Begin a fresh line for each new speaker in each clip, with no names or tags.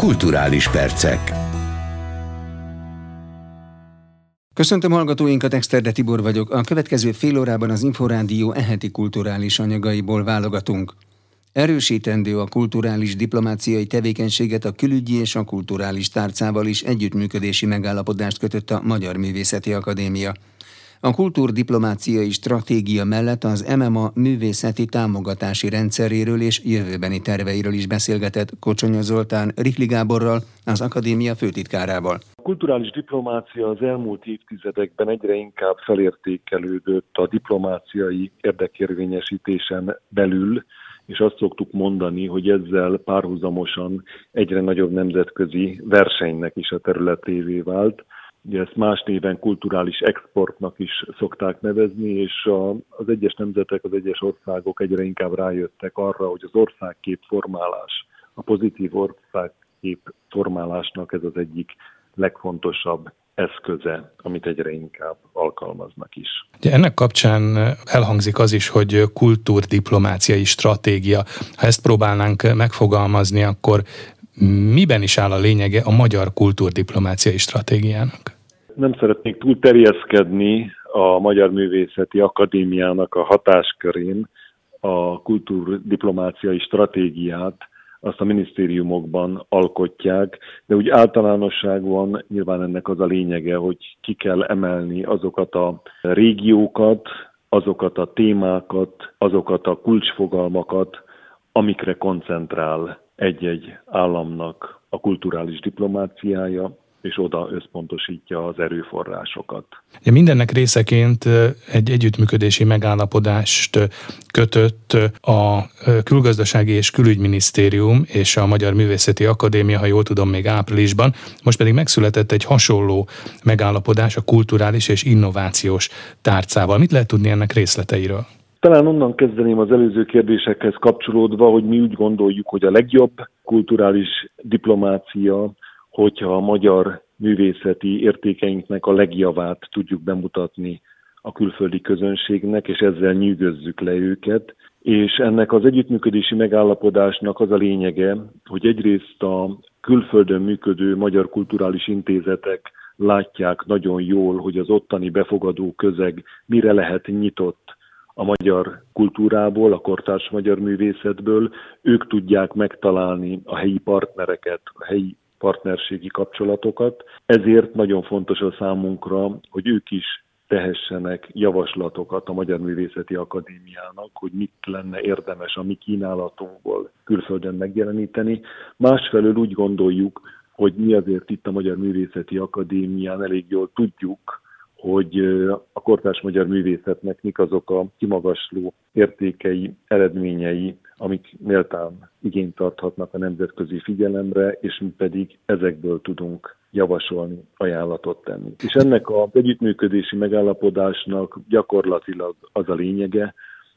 Kulturális percek.
Köszöntöm hallgatóinkat, Exterde Tibor vagyok. A következő fél órában az Inforádió eheti kulturális anyagaiból válogatunk. Erősítendő a kulturális diplomáciai tevékenységet a külügyi és a kulturális tárcával is együttműködési megállapodást kötött a Magyar Művészeti Akadémia. A kultúrdiplomáciai stratégia mellett az MMA művészeti támogatási rendszeréről és jövőbeni terveiről is beszélgetett Kocsonya Zoltán Rihli Gáborral, az akadémia főtitkárával.
A kulturális diplomácia az elmúlt évtizedekben egyre inkább felértékelődött a diplomáciai érdekérvényesítésen belül, és azt szoktuk mondani, hogy ezzel párhuzamosan egyre nagyobb nemzetközi versenynek is a területévé vált. Ugye ezt más néven kulturális exportnak is szokták nevezni, és az egyes nemzetek, az egyes országok egyre inkább rájöttek arra, hogy az országkép formálás, a pozitív országkép formálásnak ez az egyik legfontosabb eszköze, amit egyre inkább alkalmaznak is.
Ennek kapcsán elhangzik az is, hogy kultúrdiplomáciai stratégia. Ha ezt próbálnánk megfogalmazni, akkor miben is áll a lényege a magyar kultúrdiplomáciai stratégiának?
Nem szeretnék túl terjeszkedni a Magyar Művészeti Akadémiának a hatáskörén. A kultúrdiplomáciai stratégiát azt a minisztériumokban alkotják, de úgy általánosságban nyilván ennek az a lényege, hogy ki kell emelni azokat a régiókat, azokat a témákat, azokat a kulcsfogalmakat, amikre koncentrál egy-egy államnak a kulturális diplomáciája, és oda összpontosítja az erőforrásokat.
Mindennek részeként egy együttműködési megállapodást kötött a Külgazdasági és Külügyminisztérium és a Magyar Művészeti Akadémia, ha jól tudom, még áprilisban. Most pedig megszületett egy hasonló megállapodás a kulturális és innovációs tárcával. Mit lehet tudni ennek részleteiről?
Talán onnan kezdeném az előző kérdésekhez kapcsolódva, hogy mi úgy gondoljuk, hogy a legjobb kulturális diplomácia, hogyha a magyar művészeti értékeinknek a legjavát tudjuk bemutatni a külföldi közönségnek, és ezzel nyűgözzük le őket. És ennek az együttműködési megállapodásnak az a lényege, hogy egyrészt a külföldön működő magyar kulturális intézetek látják nagyon jól, hogy az ottani befogadó közeg mire lehet nyitott a magyar kultúrából, a kortárs magyar művészetből, ők tudják megtalálni a helyi partnereket, a helyi partnerségi kapcsolatokat. Ezért nagyon fontos a számunkra, hogy ők is tehessenek javaslatokat a Magyar Művészeti Akadémiának, hogy mit lenne érdemes a mi kínálatunkból külföldön megjeleníteni. Másfelől úgy gondoljuk, hogy mi azért itt a Magyar Művészeti Akadémián elég jól tudjuk, hogy a kortárs magyar művészetnek mik azok a kimagasló értékei, eredményei, amik méltán igényt tarthatnak a nemzetközi figyelemre, és mi pedig ezekből tudunk javasolni, ajánlatot tenni. És ennek az együttműködési megállapodásnak gyakorlatilag az a lényege,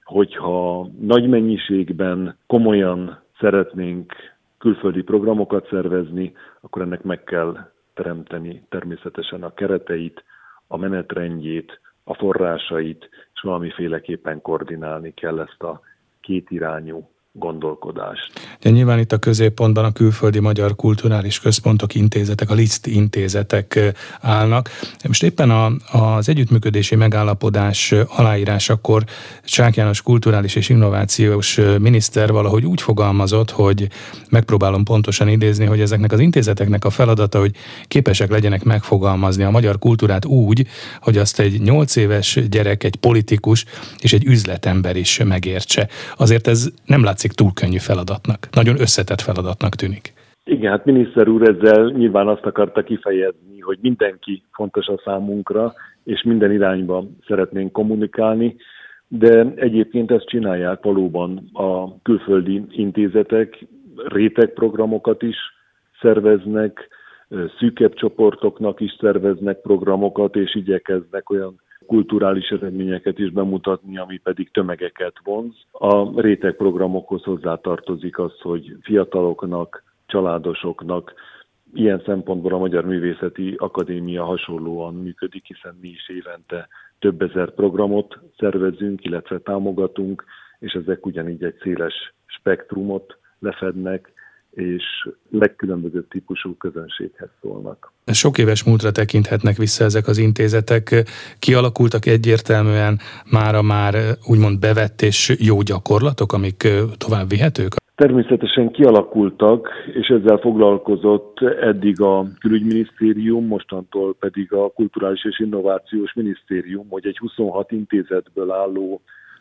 hogyha nagy mennyiségben komolyan szeretnénk külföldi programokat szervezni, akkor ennek meg kell teremteni természetesen a kereteit, a menetrendjét, a forrásait, és valamiféleképpen koordinálni kell ezt a kétirányú gondolkodást.
De nyilván itt a középpontban a külföldi magyar kulturális központok, intézetek, a LISZT intézetek állnak. Most éppen az együttműködési megállapodás aláírásakor Csák János kulturális és innovációs miniszter valahogy úgy fogalmazott, hogy megpróbálom pontosan idézni, hogy ezeknek az intézeteknek a feladata, hogy képesek legyenek megfogalmazni a magyar kultúrát úgy, hogy azt egy 8 éves gyerek, egy politikus és egy üzletember is megértse. Azért ez nem látszik túl könnyű feladatnak. Nagyon összetett feladatnak tűnik.
Igen, hát miniszter úr ezzel nyilván azt akarta kifejezni, hogy mindenki fontos a számunkra, és minden irányba szeretnénk kommunikálni, de egyébként ezt csinálják valóban a külföldi intézetek, rétegprogramokat is szerveznek, szűkebb csoportoknak is szerveznek programokat, és igyekeznek olyan kulturális eredményeket is bemutatni, ami pedig tömegeket vonz. A rétegprogramokhoz hozzátartozik az, hogy fiataloknak, családosoknak, ilyen szempontból a Magyar Művészeti Akadémia hasonlóan működik, hiszen mi is évente több ezer programot szervezünk, illetve támogatunk, és ezek ugyanígy egy széles spektrumot lefednek, és legkülönbözőbb típusú közönséghez szólnak.
Sok éves múltra tekinthetnek vissza ezek az intézetek. Kialakultak egyértelműen mára már úgymond bevett és jó gyakorlatok, amik tovább vihetők?
Természetesen kialakultak, és ezzel foglalkozott eddig a Külügyminisztérium, mostantól pedig a Kulturális és Innovációs Minisztérium, hogy egy 26 intézetből álló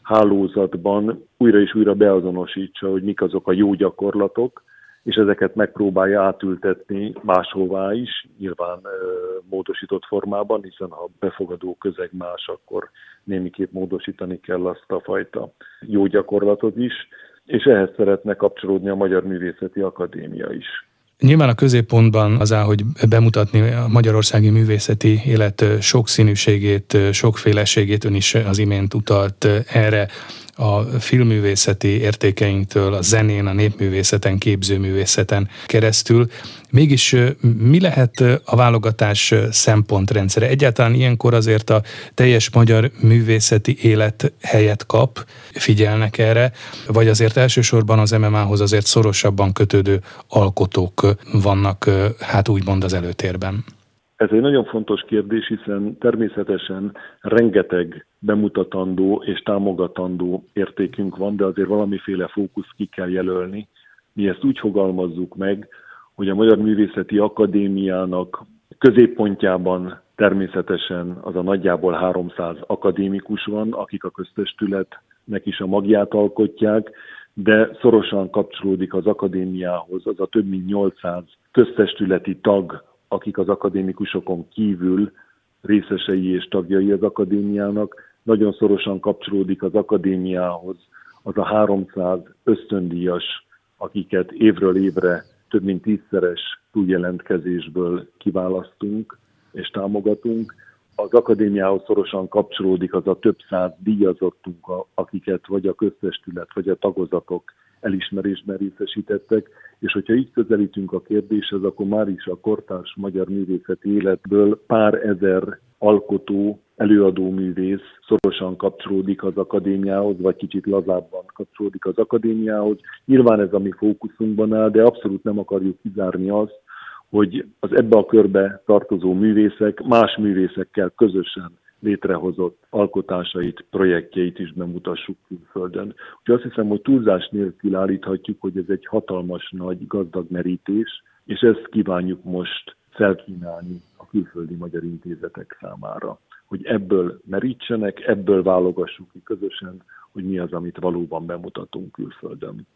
hálózatban újra és újra beazonosítsa, hogy mik azok a jó gyakorlatok, és ezeket megpróbálja átültetni máshová is, nyilván módosított formában, hiszen ha befogadó közeg más, akkor némiképp módosítani kell azt a fajta jó gyakorlatot is, és ehhez szeretne kapcsolódni a Magyar Művészeti Akadémia is.
Nyilván a középpontban az áll, hogy bemutatni a magyarországi művészeti élet sokszínűségét, sokféleségét, ön is az imént utalt erre, a filmművészeti értékeinktől, a zenén, a népművészeten, képzőművészeten keresztül. Mégis mi lehet a válogatás szempontrendszere? Egyáltalán ilyenkor azért a teljes magyar művészeti élet helyet kap, figyelnek erre, vagy azért elsősorban az MMA-hoz azért szorosabban kötődő alkotók vannak, hát úgymond az előtérben?
Ez egy nagyon fontos kérdés, hiszen természetesen rengeteg bemutatandó és támogatandó értékünk van, de azért valamiféle fókuszt ki kell jelölni. Mi ezt úgy fogalmazzuk meg, hogy a Magyar Művészeti Akadémiának középpontjában természetesen az a nagyjából 300 akadémikus van, akik a köztestületnek is a magját alkotják, de szorosan kapcsolódik az akadémiához az a több mint 800 köztestületi tag, akik az akadémikusokon kívül részesei és tagjai az akadémiának, nagyon szorosan kapcsolódik az akadémiához az a 300 ösztöndíjas, akiket évről évre több mint 10-szeres túljelentkezésből kiválasztunk és támogatunk. Az akadémiához szorosan kapcsolódik az a több száz díjazottunk, akiket vagy a köztestület, vagy a tagozatok elismerésben részesítettek, és hogyha így közelítünk a kérdéshez, akkor már is a kortárs magyar művészeti életből pár ezer alkotó, előadó művész szorosan kapcsolódik az akadémiához, vagy kicsit lazábban kapcsolódik az akadémiához. Nyilván ez a mi fókuszunkban áll, de abszolút nem akarjuk kizárni azt, hogy az ebbe a körbe tartozó művészek más művészekkel közösen létrehozott alkotásait, projektjeit is bemutassuk külföldön. Úgyhogy azt hiszem, hogy túlzás nélkül állíthatjuk, hogy ez egy hatalmas, nagy, gazdag merítés, és ezt kívánjuk most felkínálni a külföldi magyar intézetek számára, hogy ebből merítsenek, ebből válogassuk ki közösen, hogy mi az, amit valóban bemutatunk külföldön.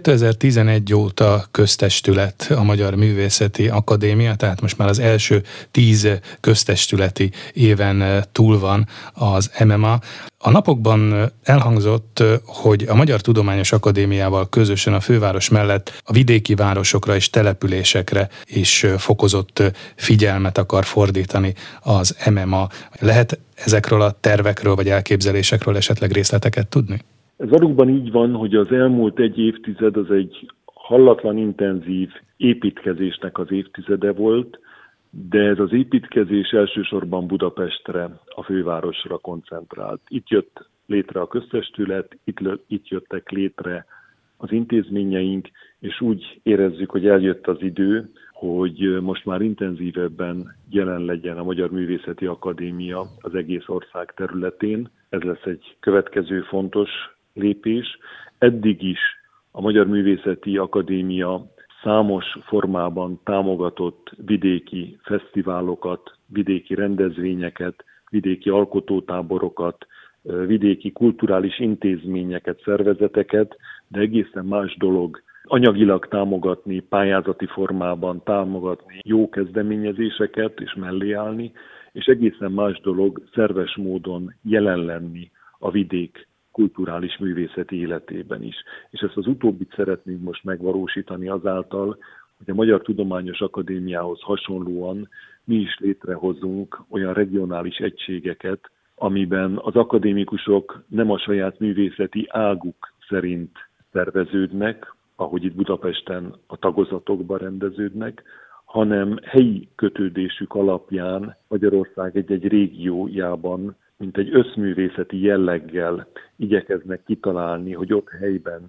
2011 óta köztestület a Magyar Művészeti Akadémia, tehát most már az első 10 köztestületi éven túl van az MMA. A napokban elhangzott, hogy a Magyar Tudományos Akadémiával közösen a főváros mellett a vidéki városokra és településekre is fokozott figyelmet akar fordítani az MMA. Lehet ezekről a tervekről vagy elképzelésekről esetleg részleteket tudni?
Ez valóban így van, hogy az elmúlt egy évtized az egy hallatlan intenzív építkezésnek az évtizede volt, de ez az építkezés elsősorban Budapestre, a fővárosra koncentrált. Itt jött létre a köztestület, itt jöttek létre az intézményeink, és úgy érezzük, hogy eljött az idő, hogy most már intenzívebben jelen legyen a Magyar Művészeti Akadémia az egész ország területén. Ez lesz egy következő fontos lépés. Eddig is a Magyar Művészeti Akadémia számos formában támogatott vidéki fesztiválokat, vidéki rendezvényeket, vidéki alkotótáborokat, vidéki kulturális intézményeket, szervezeteket, de egészen más dolog anyagilag támogatni, pályázati formában támogatni jó kezdeményezéseket és mellé állni, és egészen más dolog szerves módon jelen lenni a vidék kulturális művészeti életében is. És ezt az utóbbit szeretnénk most megvalósítani azáltal, hogy a Magyar Tudományos Akadémiához hasonlóan mi is létrehozunk olyan regionális egységeket, amiben az akadémikusok nem a saját művészeti águk szerint szerveződnek, ahogy itt Budapesten a tagozatokban rendeződnek, hanem helyi kötődésük alapján Magyarország egy-egy régiójában, mint egy összművészeti jelleggel igyekeznek kitalálni, hogy ott helyben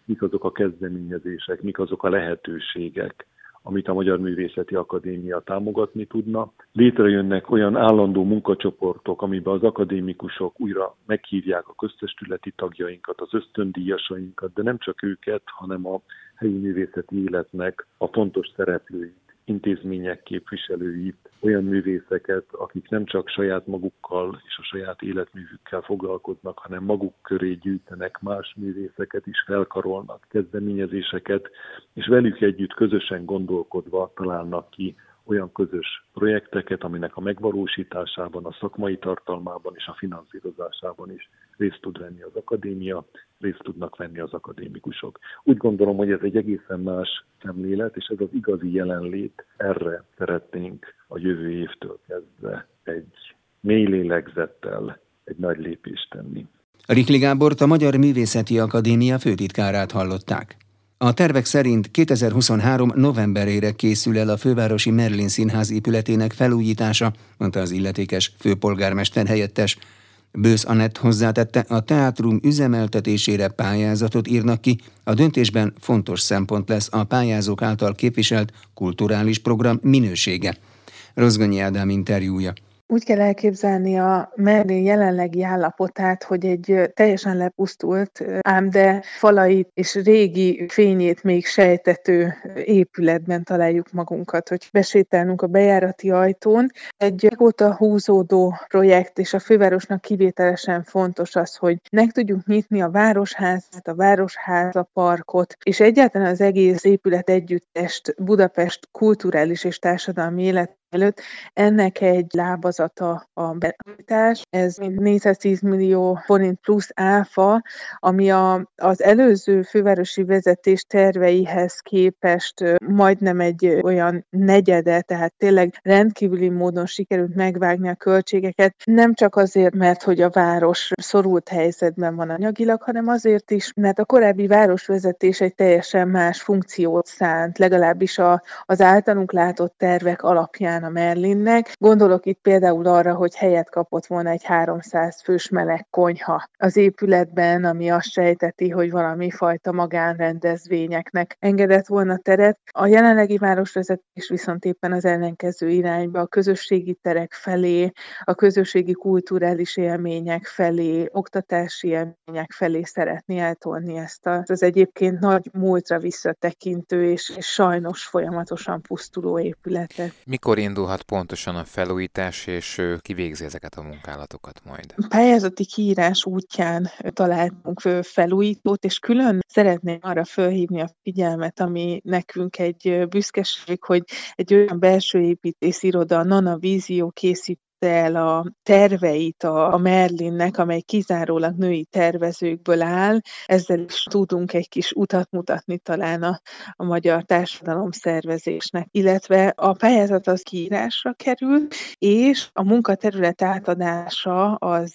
mik azok a kezdeményezések, mik azok a lehetőségek, amit a Magyar Művészeti Akadémia támogatni tudna. Létrejönnek olyan állandó munkacsoportok, amiben az akadémikusok újra meghívják a köztestületi tagjainkat, az ösztöndíjasainkat, de nem csak őket, hanem a helyi művészeti életnek a fontos szereplőit, intézmények képviselőit, olyan művészeket, akik nem csak saját magukkal és a saját életművükkel foglalkoznak, hanem maguk köré gyűjtenek más művészeket is, felkarolnak kezdeményezéseket, és velük együtt közösen gondolkodva találnak ki olyan közös projekteket, aminek a megvalósításában, a szakmai tartalmában és a finanszírozásában is részt tud venni az akadémia, részt tudnak venni az akadémikusok. Úgy gondolom, hogy ez egy egészen más szemlélet, és ez az igazi jelenlét, erre szeretnénk a jövő évtől kezdve egy mély lélegzettel egy nagy lépést tenni.
Rikli Gábort, a Magyar Művészeti Akadémia főtitkárát hallották. A tervek szerint 2023. novemberére készül el a fővárosi Merlin Színház épületének felújítása, mondta az illetékes főpolgármester helyettes. Bősz Anett hozzátette, a teátrum üzemeltetésére pályázatot írnak ki, a döntésben fontos szempont lesz a pályázók által képviselt kulturális program minősége. Rozgonyi Ádám interjúja.
Úgy kell elképzelni a Merlin jelenlegi állapotát, hogy egy teljesen lepusztult, ám de falait és régi fényét még sejtető épületben találjuk magunkat, hogy besétálnunk a bejárati ajtón. Egy régóta húzódó projekt, és a fővárosnak kivételesen fontos az, hogy meg tudjuk nyitni a Városházát, a Városháza parkot, és egyáltalán az egész épület együttest Budapest kulturális és társadalmi élet előtt. Ennek egy lábazata a beállítás, ez 410 millió forint plusz áfa, ami az előző fővárosi vezetés terveihez képest majdnem egy olyan negyede, tehát tényleg rendkívüli módon sikerült megvágni a költségeket, nem csak azért, mert hogy a város szorult helyzetben van anyagilag, hanem azért is, mert a korábbi városvezetés egy teljesen más funkciót szánt, legalábbis az általunk látott tervek alapján a Merlinnek. Gondolok itt például arra, hogy helyet kapott volna egy 300 fős meleg konyha az épületben, ami azt sejteti, hogy valami fajta magánrendezvényeknek engedett volna teret. A jelenlegi városvezetés viszont éppen az ellenkező irányba, a közösségi terek felé, a közösségi kulturális élmények felé, oktatási élmények felé szeretné eltolni ezt az egyébként nagy múltra visszatekintő és sajnos folyamatosan pusztuló épületet.
Mikor indulhat pontosan a felújítás, és ki végzi ezeket a munkálatokat majd?
Pályázati kiírás útján találtunk felújítót, és külön szeretném arra fölhívni a figyelmet, ami nekünk egy büszkeség, hogy egy olyan belső építésziroda, a Nana Vízió készít el a terveit a Merlinnek, amely kizárólag női tervezőkből áll. Ezzel is tudunk egy kis utat mutatni talán a magyar társadalomszervezésnek. Illetve a pályázat az kiírásra kerül, és a munkaterület átadása az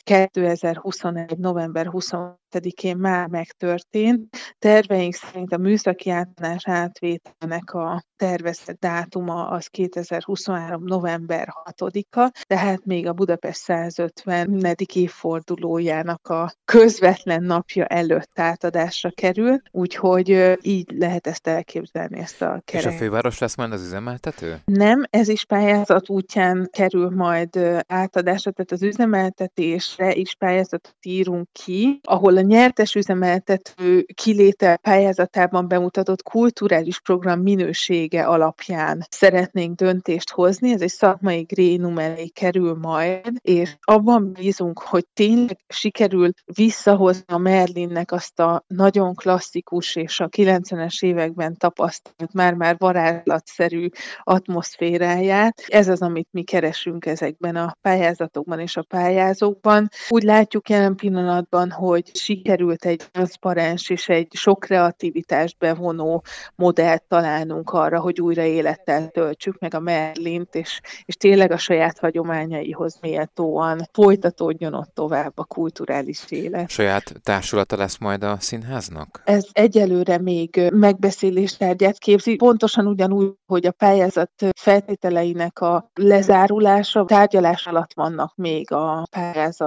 2021. november 27-én már megtörtént. Terveink szerint a műszaki átadás átvételnek a tervezett dátuma az 2023. november 6-a, tehát még a Budapest 150. évfordulójának a közvetlen napja előtt átadásra kerül, úgyhogy így lehet ezt elképzelni, ezt a kerek.
És a főváros lesz majd az üzemeltető?
Nem, ez is pályázat útján kerül majd átadásra, tehát az üzemeltetésre is pályázatot írunk ki, ahol a nyertes üzemeltető kilétel pályázatában bemutatott kulturális program minősége alapján szeretnénk döntést hozni, ez egy szakmai grénum elé kerül majd, és abban bízunk, hogy tényleg sikerül visszahozni a Merlinnek azt a nagyon klasszikus és a 90-es években tapasztalt, már varázslatszerű atmoszféráját. Ez az, amit mi keresünk ezekben a pályázatokban és a pályázókban. Úgy látjuk jelen pillanatban, hogy sikerült egy transzparens és egy sok kreativitást bevonó modellt találnunk arra, hogy újra élettel töltsük meg a Merlint, és tényleg a saját hagyományaihoz méltóan folytatódjon ott tovább a kulturális élet.
Saját társulata lesz majd a színháznak?
Ez egyelőre még megbeszélés tárgyát képzi, pontosan ugyanúgy, hogy a pályázat feltételeinek a lezárulása, tárgyalás alatt vannak még a pályázat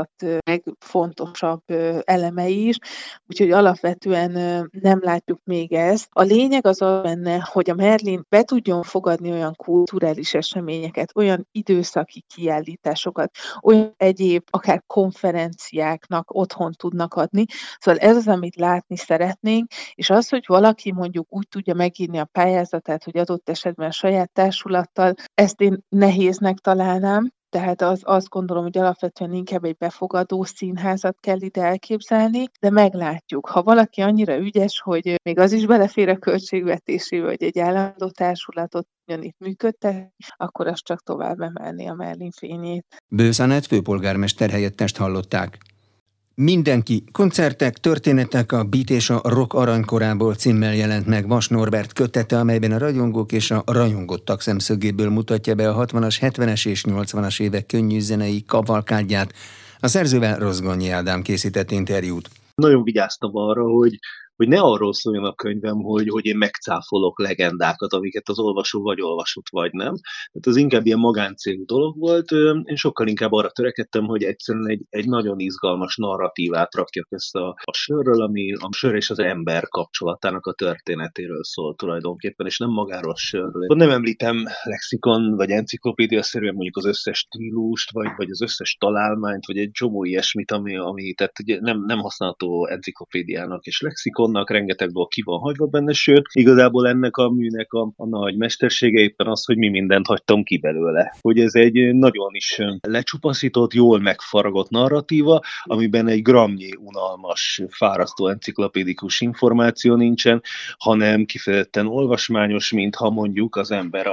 legfontosabb elemei is, úgyhogy alapvetően nem látjuk még ezt. A lényeg az benne, hogy a Merlin be tudjon fogadni olyan kulturális eseményeket, olyan időszaki kiállításokat, olyan egyéb, akár konferenciáknak otthont tudnak adni. Szóval ez az, amit látni szeretnénk, és az, hogy valaki mondjuk úgy tudja megírni a pályázatát, hogy adott esetben saját társulattal, ezt én nehéznek találnám. Tehát azt gondolom, hogy alapvetően inkább egy befogadó színházat kell ide elképzelni, de meglátjuk. Ha valaki annyira ügyes, hogy még az is belefér a költségvetésébe, hogy egy állandó társulatot tudjon itt működtetni, akkor az csak tovább emelni a Merlin fényét.
Bősz Anett főpolgármester helyettest hallották. Mindenki, koncertek, történetek a Beat és a Rock aranykorából címmel jelent meg Vas Norbert kötete, amelyben a rajongók és a rajongottak szemszögéből mutatja be a 60-as, 70-es és 80-as évek könnyű zenei kavalkádját. A szerzővel Rozgonyi Ádám készített interjút.
Nagyon vigyáztam arra, hogy ne arról szóljon a könyvem, hogy én megcáfolok legendákat, amiket az olvasó vagy olvasott, vagy nem. Tehát az inkább ilyen magáncélú dolog volt. Én sokkal inkább arra törekedtem, hogy egyszerűen egy nagyon izgalmas narratívát rakjak össze a sörről, ami a sör és az ember kapcsolatának a történetéről szól tulajdonképpen, és nem magáról a sörről. Nem említem lexikon vagy enciklopédia-szerűen mondjuk az összes stílust, vagy az összes találmányt, vagy egy csomó ilyesmit, ami tehát nem használható enciklopédiának és lexikon, rengeteg dolog ki van hagyva benne, sőt, igazából ennek a műnek a nagy mestersége éppen az, hogy mi mindent hagytam ki belőle. Hogy ez egy nagyon is lecsupaszított, jól megfaragott narratíva, amiben egy grammnyi unalmas, fárasztó enciklopédikus információ nincsen, hanem kifejezetten olvasmányos, mintha mondjuk az ember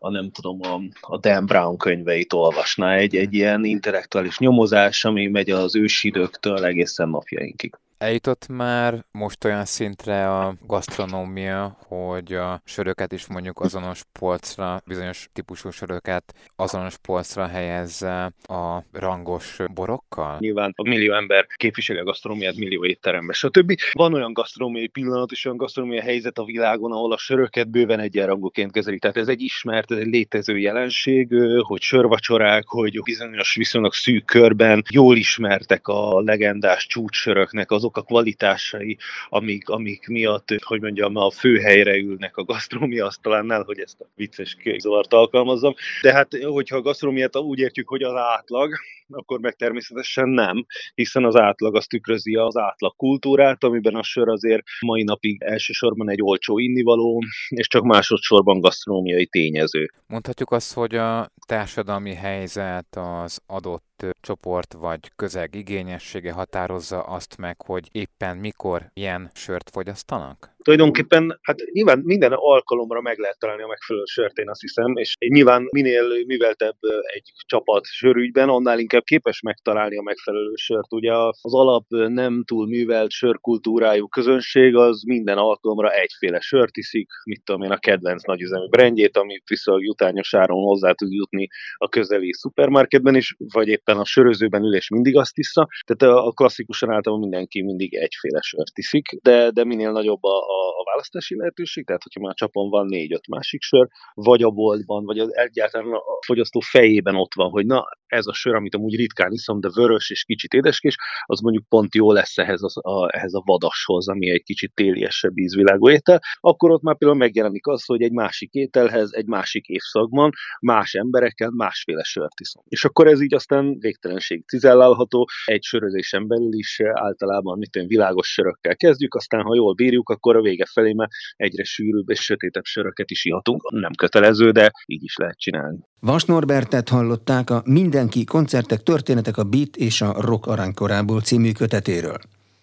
a Dan Brown könyveit olvasná. Egy ilyen intellektuális nyomozás, ami megy az ősidőktől egészen napjainkig.
Eljutott már most olyan szintre a gasztronómia, hogy a söröket is mondjuk azonos polcra, bizonyos típusú söröket azonos polcra helyezze a rangos borokkal?
Nyilván a millió ember képviseli a gasztronómiát millió étteremben, stb. Van olyan gasztronómiai pillanat és olyan gasztronómiai helyzet a világon, ahol a söröket bőven egyenrangúként kezelik. Tehát ez egy ismert, ez egy létező jelenség, hogy sörvacsorák, hogy bizonyos viszonylag szűk körben jól ismertek a legendás csúcssöröknek azok a kvalitásai, amik miatt, hogy mondjam, a főhelyre ülnek a gasztronómia asztalánál, hogy ezt a vicces képzavart alkalmazzam. De hát, hogyha a gasztronómiát úgy értjük, hogy az átlag, akkor meg természetesen nem, hiszen az átlag az tükrözi az átlag kultúrát, amiben a sör azért mai napig elsősorban egy olcsó innivaló, és csak másodszorban gasztronómiai tényező.
Mondhatjuk azt, hogy a társadalmi helyzet, az adott csoport vagy közeg igényessége határozza azt meg, hogy éppen mikor ilyen sört fogyasztanak?
Tulajdonképpen, hát nyilván minden alkalomra meg lehet találni a megfelelő sört, én azt hiszem, és nyilván minél műveltebb egy csapat sörügyben, annál inkább képes megtalálni a megfelelő sört. Ugye az alap nem túl művelt sörkultúrájú közönség az minden alkalomra egyféle sört iszik, mit tudom én, a kedvenc nagyüzemű brandjét, amit viszonylag jutányos áron hozzá tud jutni a közeli szupermarketben is, vagy éppen a sörözőben ül és mindig azt issza. Tehát a klasszikusan általában mindenki mindig egyféle sört iszik, de minél nagyobb a választási lehetőség, tehát hogyha már a csapon van 4-5 másik sör, vagy a boltban, vagy egyáltalán a fogyasztó fejében ott van, hogy na, ez a sör, amit amúgy ritkán iszom, de vörös és kicsit édeskés, az mondjuk pont jó lesz ehhez a vadashoz, ami egy kicsit téliesebb ízvilágú étel, akkor ott már például megjelenik az, hogy egy másik ételhez, egy másik évszakban, más emberekkel másféle sört iszom. És akkor ez így aztán végtelenség cizellálható, egy sörözésen belül is általában világos sörökkel kezdjük, aztán ha jól bírjuk, akkor a vége felé már egyre sűrűbb és sötétebb söröket is ihatunk. Nem kötelező, de így is lehet csinálni.
Vas Norbertet hallották a Mindenki, koncertek, történetek a Beat és a Rock aranykorából című kötetéről.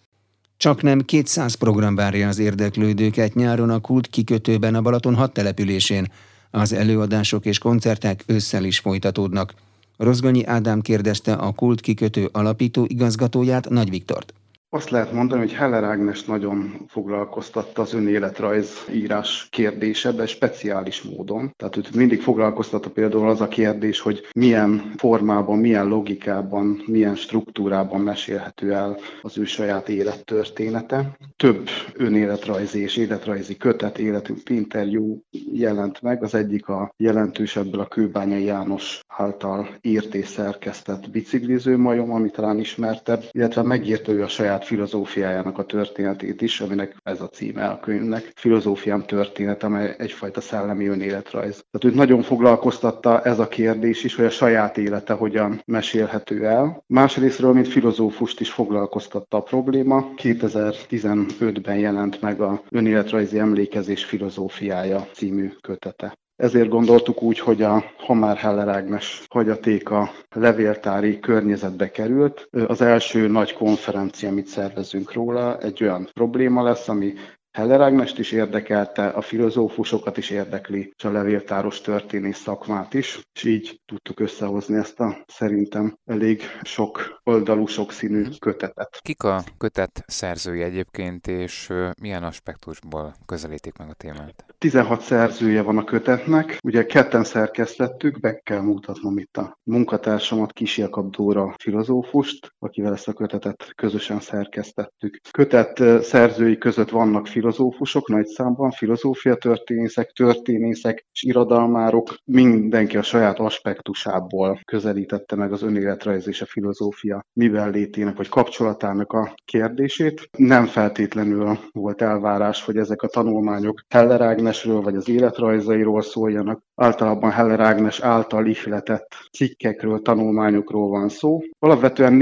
Csaknem 200 program várja az érdeklődőket nyáron a Kult kikötőben a Balaton 6 településén. Az előadások és koncertek ősszel is folytatódnak. Rozgonyi Ádám kérdezte a Kult kikötő alapító igazgatóját, Nagy Viktort.
Azt lehet mondani, hogy Heller Ágnes nagyon foglalkoztatta az önéletrajz írás kérdése, de speciális módon. Tehát őt mindig foglalkoztatta például az a kérdés, hogy milyen formában, milyen logikában, milyen struktúrában mesélhető el az ő saját élettörténete. Több önéletrajzi és életrajzi kötet, életinterjú jelent meg. Az egyik a jelentősebből a Kőbányai János által írt és szerkesztett Bicikliző majom, ami talán ismertebb, illetve megírta ő a saját filozófiájának a történetét is, aminek ez a címe a könyvnek, Filozófiám történet, amely egyfajta szellemi önéletrajz. Tehát őt nagyon foglalkoztatta ez a kérdés is, hogy a saját élete hogyan mesélhető el. Másrésztről, mint filozófust is foglalkoztatta a probléma. 2015-ben jelent meg a Önéletrajzi emlékezés filozófiája című kötete. Ezért gondoltuk úgy, hogy ha már Heller Ágnes hagyatéka levéltári környezetbe került, az első nagy konferencia, amit szervezünk róla, egy olyan probléma lesz, ami Heller Ágnest is érdekelte, a filozófusokat is érdekli, és a levéltáros történész szakmát is, és így tudtuk összehozni ezt a szerintem elég sok oldalú, sokszínű kötetet.
Kik a kötet szerzői egyébként, és milyen aspektusból közelítik meg a témát?
16 szerzője van a kötetnek, ugye ketten szerkesztettük, be kell mutatnom itt a munkatársamat, Kis Jakab Dóra filozófust, akivel ezt a kötetet közösen szerkesztettük. Kötet szerzői között vannak filozófusok nagy számban, filozófiatörténészek és irodalmárok, mindenki a saját aspektusából közelítette meg az önéletrajz és a filozófia miben létének vagy kapcsolatának a kérdését. Nem feltétlenül volt elvárás, hogy ezek a tanulmányok Heller Ágnesről vagy az életrajzairól szóljanak. Általában Heller Ágnes által ihletett cikkekről, tanulmányokról van szó. Alapvetően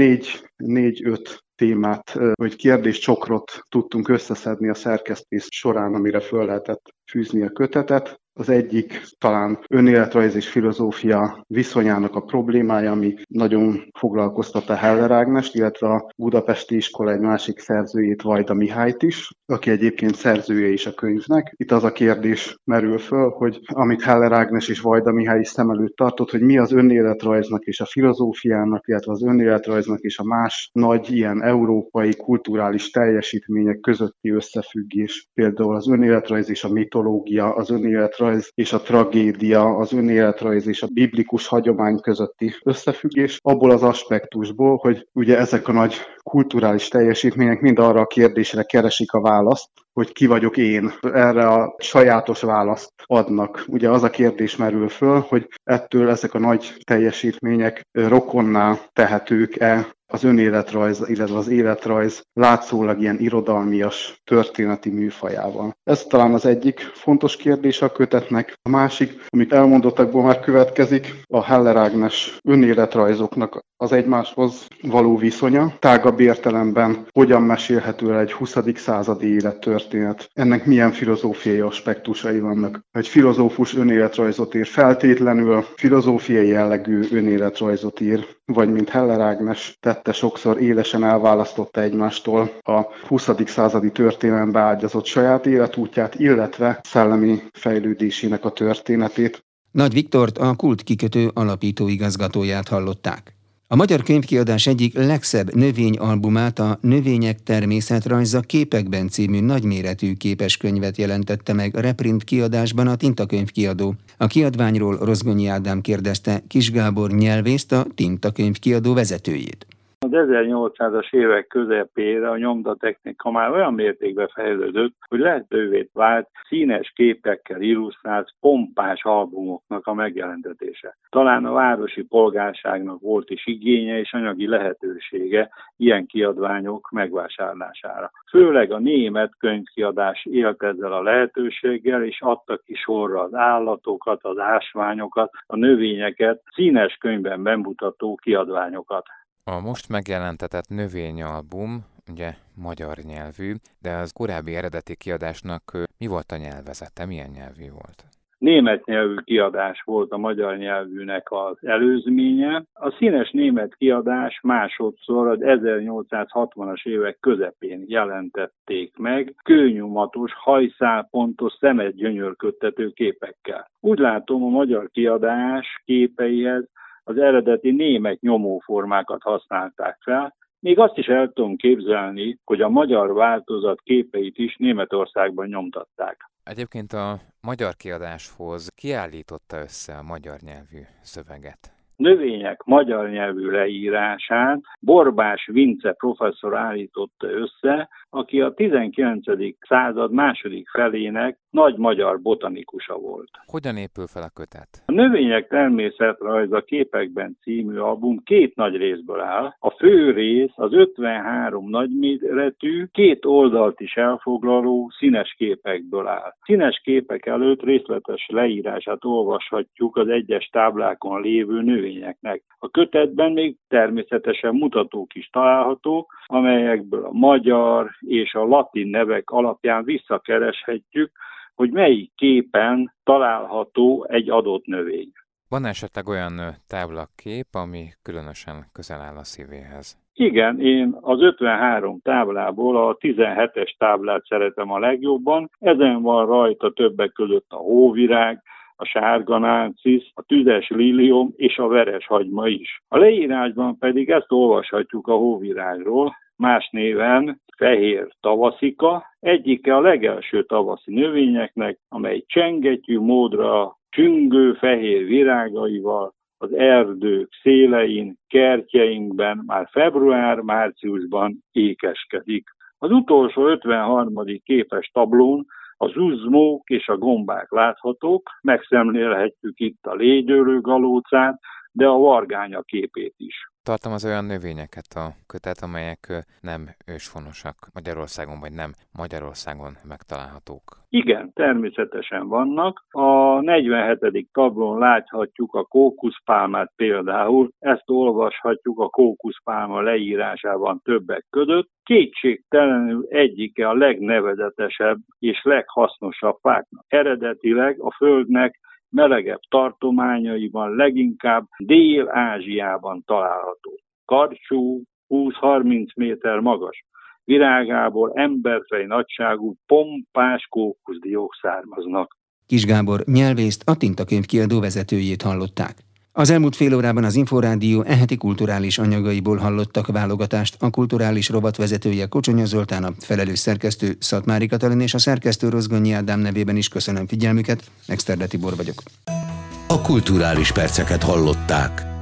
4-5 témát, vagy kérdéscsokrot tudtunk összeszedni a szerkesztés során, amire föl lehetett fűzni a kötetet. Az egyik talán önéletrajz és filozófia viszonyának a problémája, ami nagyon foglalkoztatta Heller Ágnest, illetve a Budapesti Iskola egy másik szerzőjét, Vajda Mihályt is, aki egyébként szerzője is a könyvnek. Itt az a kérdés merül föl, hogy amit Heller Ágnes és Vajda Mihály is szem előtt tartott, hogy mi az önéletrajznak és a filozófiának, illetve az önéletrajznak és a más nagy ilyen európai kulturális teljesítmények közötti összefüggés. Például az önéletrajz és a mitológia, az önéletrajz és a tragédia, az önéletrajz és a biblikus hagyomány közötti összefüggés, abból az aspektusból, hogy ugye ezek a nagy kulturális teljesítmények mind arra a kérdésre keresik a választ, hogy ki vagyok én. Erre a sajátos választ adnak. Ugye az a kérdés merül föl, hogy ettől ezek a nagy teljesítmények rokonná tehetők-e az önéletrajz, illetve az életrajz látszólag ilyen irodalmias történeti műfajával. Ez talán az egyik fontos kérdés a kötetnek. A másik, amit elmondottakból már következik, a Heller Ágnes önéletrajzoknak az egymáshoz való viszonya. Tágabb értelemben hogyan mesélhető el egy 20. századi élettörténet. Ennek milyen filozófiai aspektusai vannak. Egy filozófus önéletrajzot ír, feltétlenül filozófiai jellegű önéletrajzot ír, vagy mint Heller Ágnes tette, sokszor élesen elválasztotta egymástól a 20. századi történelembe ágyazott saját életútját, illetve szellemi fejlődésének a történetét.
Nagy Viktort, a Kult kikötő alapító igazgatóját hallották. A magyar könyvkiadás egyik legszebb növényalbumát, a Növények természetrajza képekben című nagyméretű képeskönyvet jelentette meg a reprint kiadásban a Tinta könyvkiadó. A kiadványról Rozgonyi Ádám kérdezte Kis Gábor nyelvészt, a Tinta könyvkiadó vezetőjét.
Az 1800-as évek közepére a nyomdatechnika már olyan mértékben fejlődött, hogy lehetővé vált színes képekkel illusztrált pompás albumoknak a megjelentetése. Talán a városi polgárságnak volt is igénye és anyagi lehetősége ilyen kiadványok megvásárlására. Főleg a német könyvkiadás élt ezzel a lehetőséggel, és adta ki sorra az állatokat, az ásványokat, a növényeket, színes könyvben bemutató kiadványokat.
A most megjelentetett növényalbum, ugye magyar nyelvű, de az korábbi eredeti kiadásnak mi volt a nyelvezete, milyen nyelvű volt?
Német nyelvű kiadás volt a magyar nyelvűnek az előzménye. A színes német kiadás másodszor az 1860-as évek közepén jelentették meg, kőnyomatos, hajszálpontos, szemet gyönyörködtető képekkel. Úgy látom, a magyar kiadás képeihez az eredeti német nyomóformákat használták fel, Még azt is el tudom képzelni, hogy a magyar változat képeit is Németországban nyomtatták.
Egyébként a magyar kiadáshoz kiállította össze a magyar nyelvű szöveget?
Növények magyar nyelvű leírását Borbás Vince professzor állította össze, aki a 19. század második felének nagy magyar botanikusa volt.
Hogyan épül fel a kötet?
A Növények természetrajza képekben című album 2 nagy részből áll. A fő rész az 53 nagyméretű, 2 oldalt is elfoglaló színes képekből áll. Színes képek előtt részletes leírását olvashatjuk az egyes táblákon lévő növényeknek. A kötetben még természetesen mutatók is találhatók, amelyekből a magyar és a latin nevek alapján visszakereshetjük, hogy melyik képen található egy adott növény.
Van esetleg olyan táblakép, ami különösen közel áll a szívéhez?
Igen, én az 53 táblából a 17-es táblát szeretem a legjobban. Ezen van rajta többek között a hóvirág, a sárga nárcisz, a tüzes lilium és a veres hagyma is. A leírásban pedig ezt olvashatjuk a hóvirágról, más néven fehér tavaszika, egyike a legelső tavaszi növényeknek, amely csengettyű módra csüngő fehér virágaival az erdők szélein, kertjeinkben már február-márciusban ékeskedik. Az utolsó 53. képes tablón a zuzmók és a gombák láthatók, megszemlélhetjük itt a légyölő galócát, de a vargánya képét is.
Tartom az olyan növényeket a kötet, amelyek nem őshonosak Magyarországon, vagy nem Magyarországon megtalálhatók.
Igen, természetesen vannak. A 47. tablón láthatjuk a kókuszpálmát például, ezt olvashatjuk a kókuszpálma leírásában többek között. Kétségtelenül egyike a legnevezetesebb és leghasznosabb fáknak. Eredetileg a Földnek melegebb tartományaiban leginkább Dél-Ázsiában található. Karcsú, 20-30 méter magas, virágából emberfej nagyságú pompás kókuszdiók származnak.
Kis Gábor nyelvészt, a Tintakönyv kiadó vezetőjét hallották. Az elmúlt fél órában az Inforádió eheti kulturális anyagaiból hallottak válogatást. A kulturális rovat vezetője Kocsonya Zoltán, a felelős szerkesztő Szatmári Katalin és a szerkesztő Rozgonyi Ádám nevében is köszönöm figyelmüket. Exterde Tibor vagyok.
A kulturális perceket hallották.